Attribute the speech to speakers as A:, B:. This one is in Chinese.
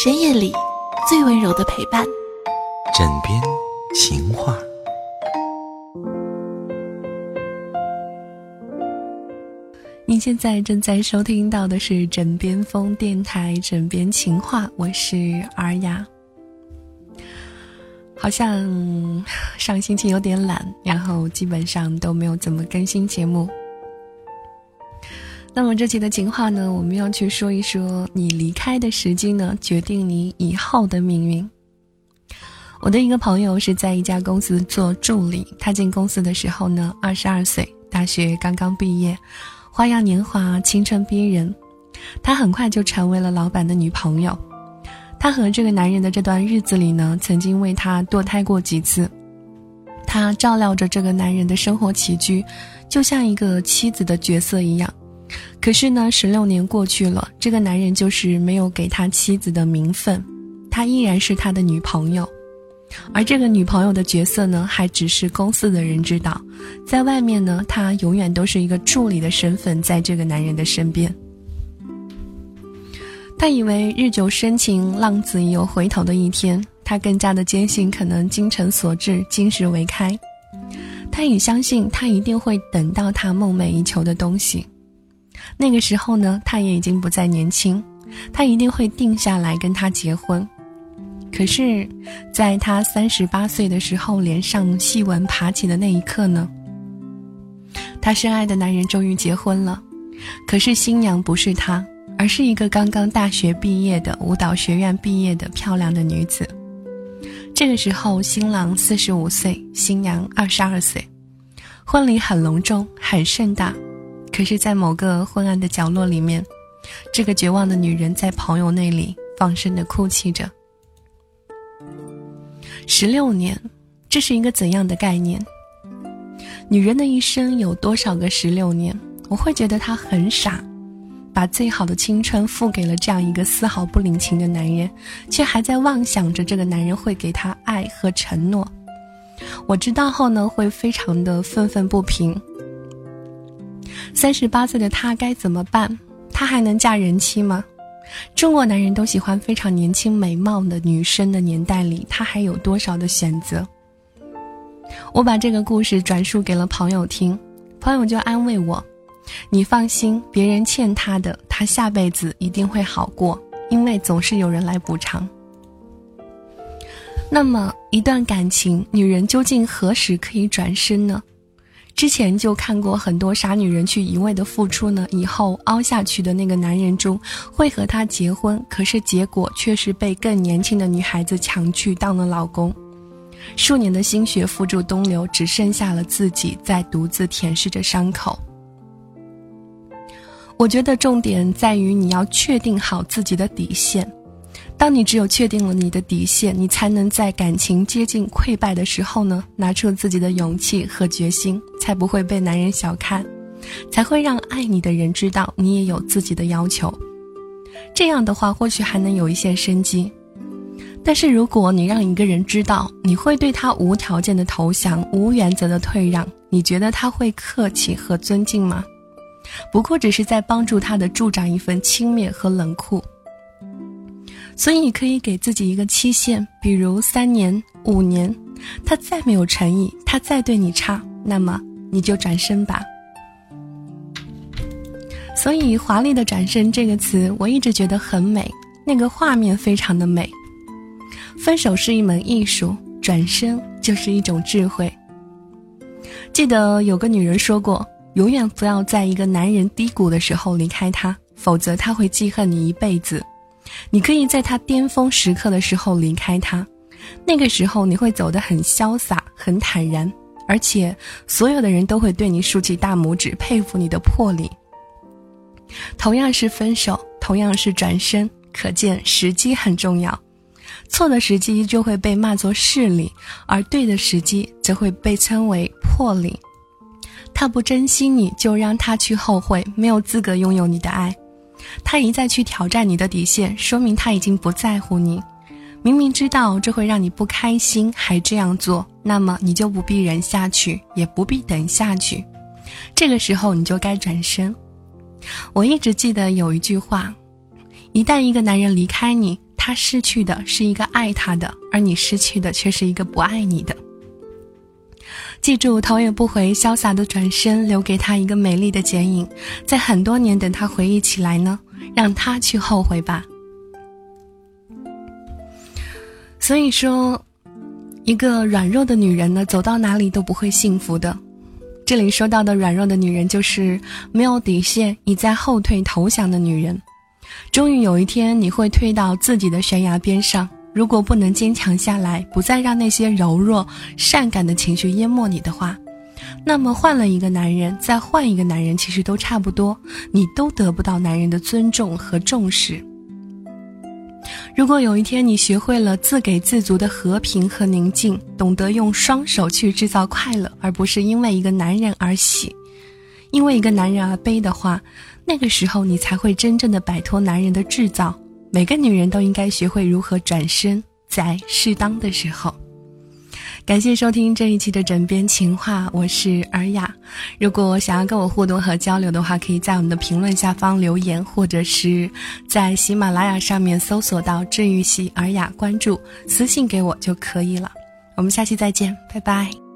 A: 深夜里最温柔的陪伴，
B: 枕边情话。
C: 您现在正在收听到的是枕边风电台枕边情话，我是尔雅。好像上星期有点懒，然后基本上都没有怎么更新节目。那么这期的情话呢，我们要去说一说你离开的时机呢，决定你以后的命运。我的一个朋友是在一家公司做助理，他进公司的时候呢，22岁，大学刚刚毕业，花样年华，青春逼人。他很快就成为了老板的女朋友。他和这个男人的这段日子里呢，曾经为他堕胎过几次。他照料着这个男人的生活起居，就像一个妻子的角色一样。可是呢，16年过去了，这个男人就是没有给他妻子的名分，他依然是他的女朋友。而这个女朋友的角色呢，还只是公司的人知道，在外面呢，她永远都是一个助理的身份，在这个男人的身边。他以为日久生情，浪子也有回头的一天，他更加的坚信可能精诚所至，金石为开。他也相信他一定会等到他梦寐以求的东西。那个时候呢，他也已经不再年轻，他一定会定下来跟他结婚。可是在他38岁的时候，脸上细纹爬起的那一刻呢，他深爱的男人终于结婚了。可是新娘不是他，而是一个刚刚大学毕业的舞蹈学院毕业的漂亮的女子。这个时候新郎45岁，新娘22岁，婚礼很隆重很盛大。可是在某个昏暗的角落里面，这个绝望的女人在朋友那里放声地哭泣着。16年，这是一个怎样的概念？女人的一生有多少个16年？我会觉得她很傻，把最好的青春付给了这样一个丝毫不领情的男人，却还在妄想着这个男人会给她爱和承诺。我知道后呢，会非常的愤愤不平。38岁的她该怎么办？她还能嫁人妻吗？中国男人都喜欢非常年轻美貌的女生的年代里，她还有多少的选择？我把这个故事转述给了朋友听，朋友就安慰我，你放心，别人欠她的，她下辈子一定会好过，因为总是有人来补偿。那么一段感情，女人究竟何时可以转身呢？之前就看过很多傻女人去一味的付出呢，以后凹下去的那个男人中会和她结婚，可是结果却是被更年轻的女孩子抢去当了老公。数年的心血付诸东流，只剩下了自己在独自舔舐着伤口。我觉得重点在于你要确定好自己的底线。当你只有确定了你的底线，你才能在感情接近溃败的时候呢，拿出自己的勇气和决心，才不会被男人小看，才会让爱你的人知道你也有自己的要求。这样的话或许还能有一些生机。但是如果你让一个人知道你会对他无条件的投降，无原则的退让，你觉得他会客气和尊敬吗？不过只是在帮助他的助长一份轻蔑和冷酷。所以你可以给自己一个期限，比如3年、5年，他再没有诚意，他再对你差，那么你就转身吧。所以华丽的转身这个词，我一直觉得很美，那个画面非常的美。分手是一门艺术，转身就是一种智慧。记得有个女人说过，永远不要在一个男人低谷的时候离开他，否则他会记恨你一辈子。你可以在他巅峰时刻的时候离开他，那个时候你会走得很潇洒很坦然，而且所有的人都会对你竖起大拇指，佩服你的魄力。同样是分手，同样是转身，可见时机很重要。错的时机就会被骂作势利，而对的时机则会被称为魄力。他不珍惜你，就让他去后悔，没有资格拥有你的爱。他一再去挑战你的底线，说明他已经不在乎你。明明知道这会让你不开心，还这样做，那么你就不必忍下去，也不必等下去。这个时候你就该转身。我一直记得有一句话，一旦一个男人离开你， 他失去的是一个爱他的，而你失去的却是一个不爱你的。记住，头也不回潇洒的转身，留给他一个美丽的剪影，在很多年等他回忆起来呢，让他去后悔吧。所以说，一个软弱的女人呢，走到哪里都不会幸福的。这里说到的软弱的女人，就是没有底线，一再后退投降的女人。终于有一天，你会退到自己的悬崖边上，如果不能坚强下来，不再让那些柔弱善感的情绪淹没你的话，那么换了一个男人，再换一个男人，其实都差不多，你都得不到男人的尊重和重视。如果有一天你学会了自给自足的和平和宁静，懂得用双手去制造快乐，而不是因为一个男人而喜，因为一个男人而悲的话，那个时候你才会真正的摆脱男人的制造。每个女人都应该学会如何转身，在适当的时候。感谢收听这一期的枕边情话，我是尔雅。如果想要跟我互动和交流的话，可以在我们的评论下方留言，或者是在喜马拉雅上面搜索到治愈系尔雅，关注私信给我就可以了。我们下期再见，拜拜。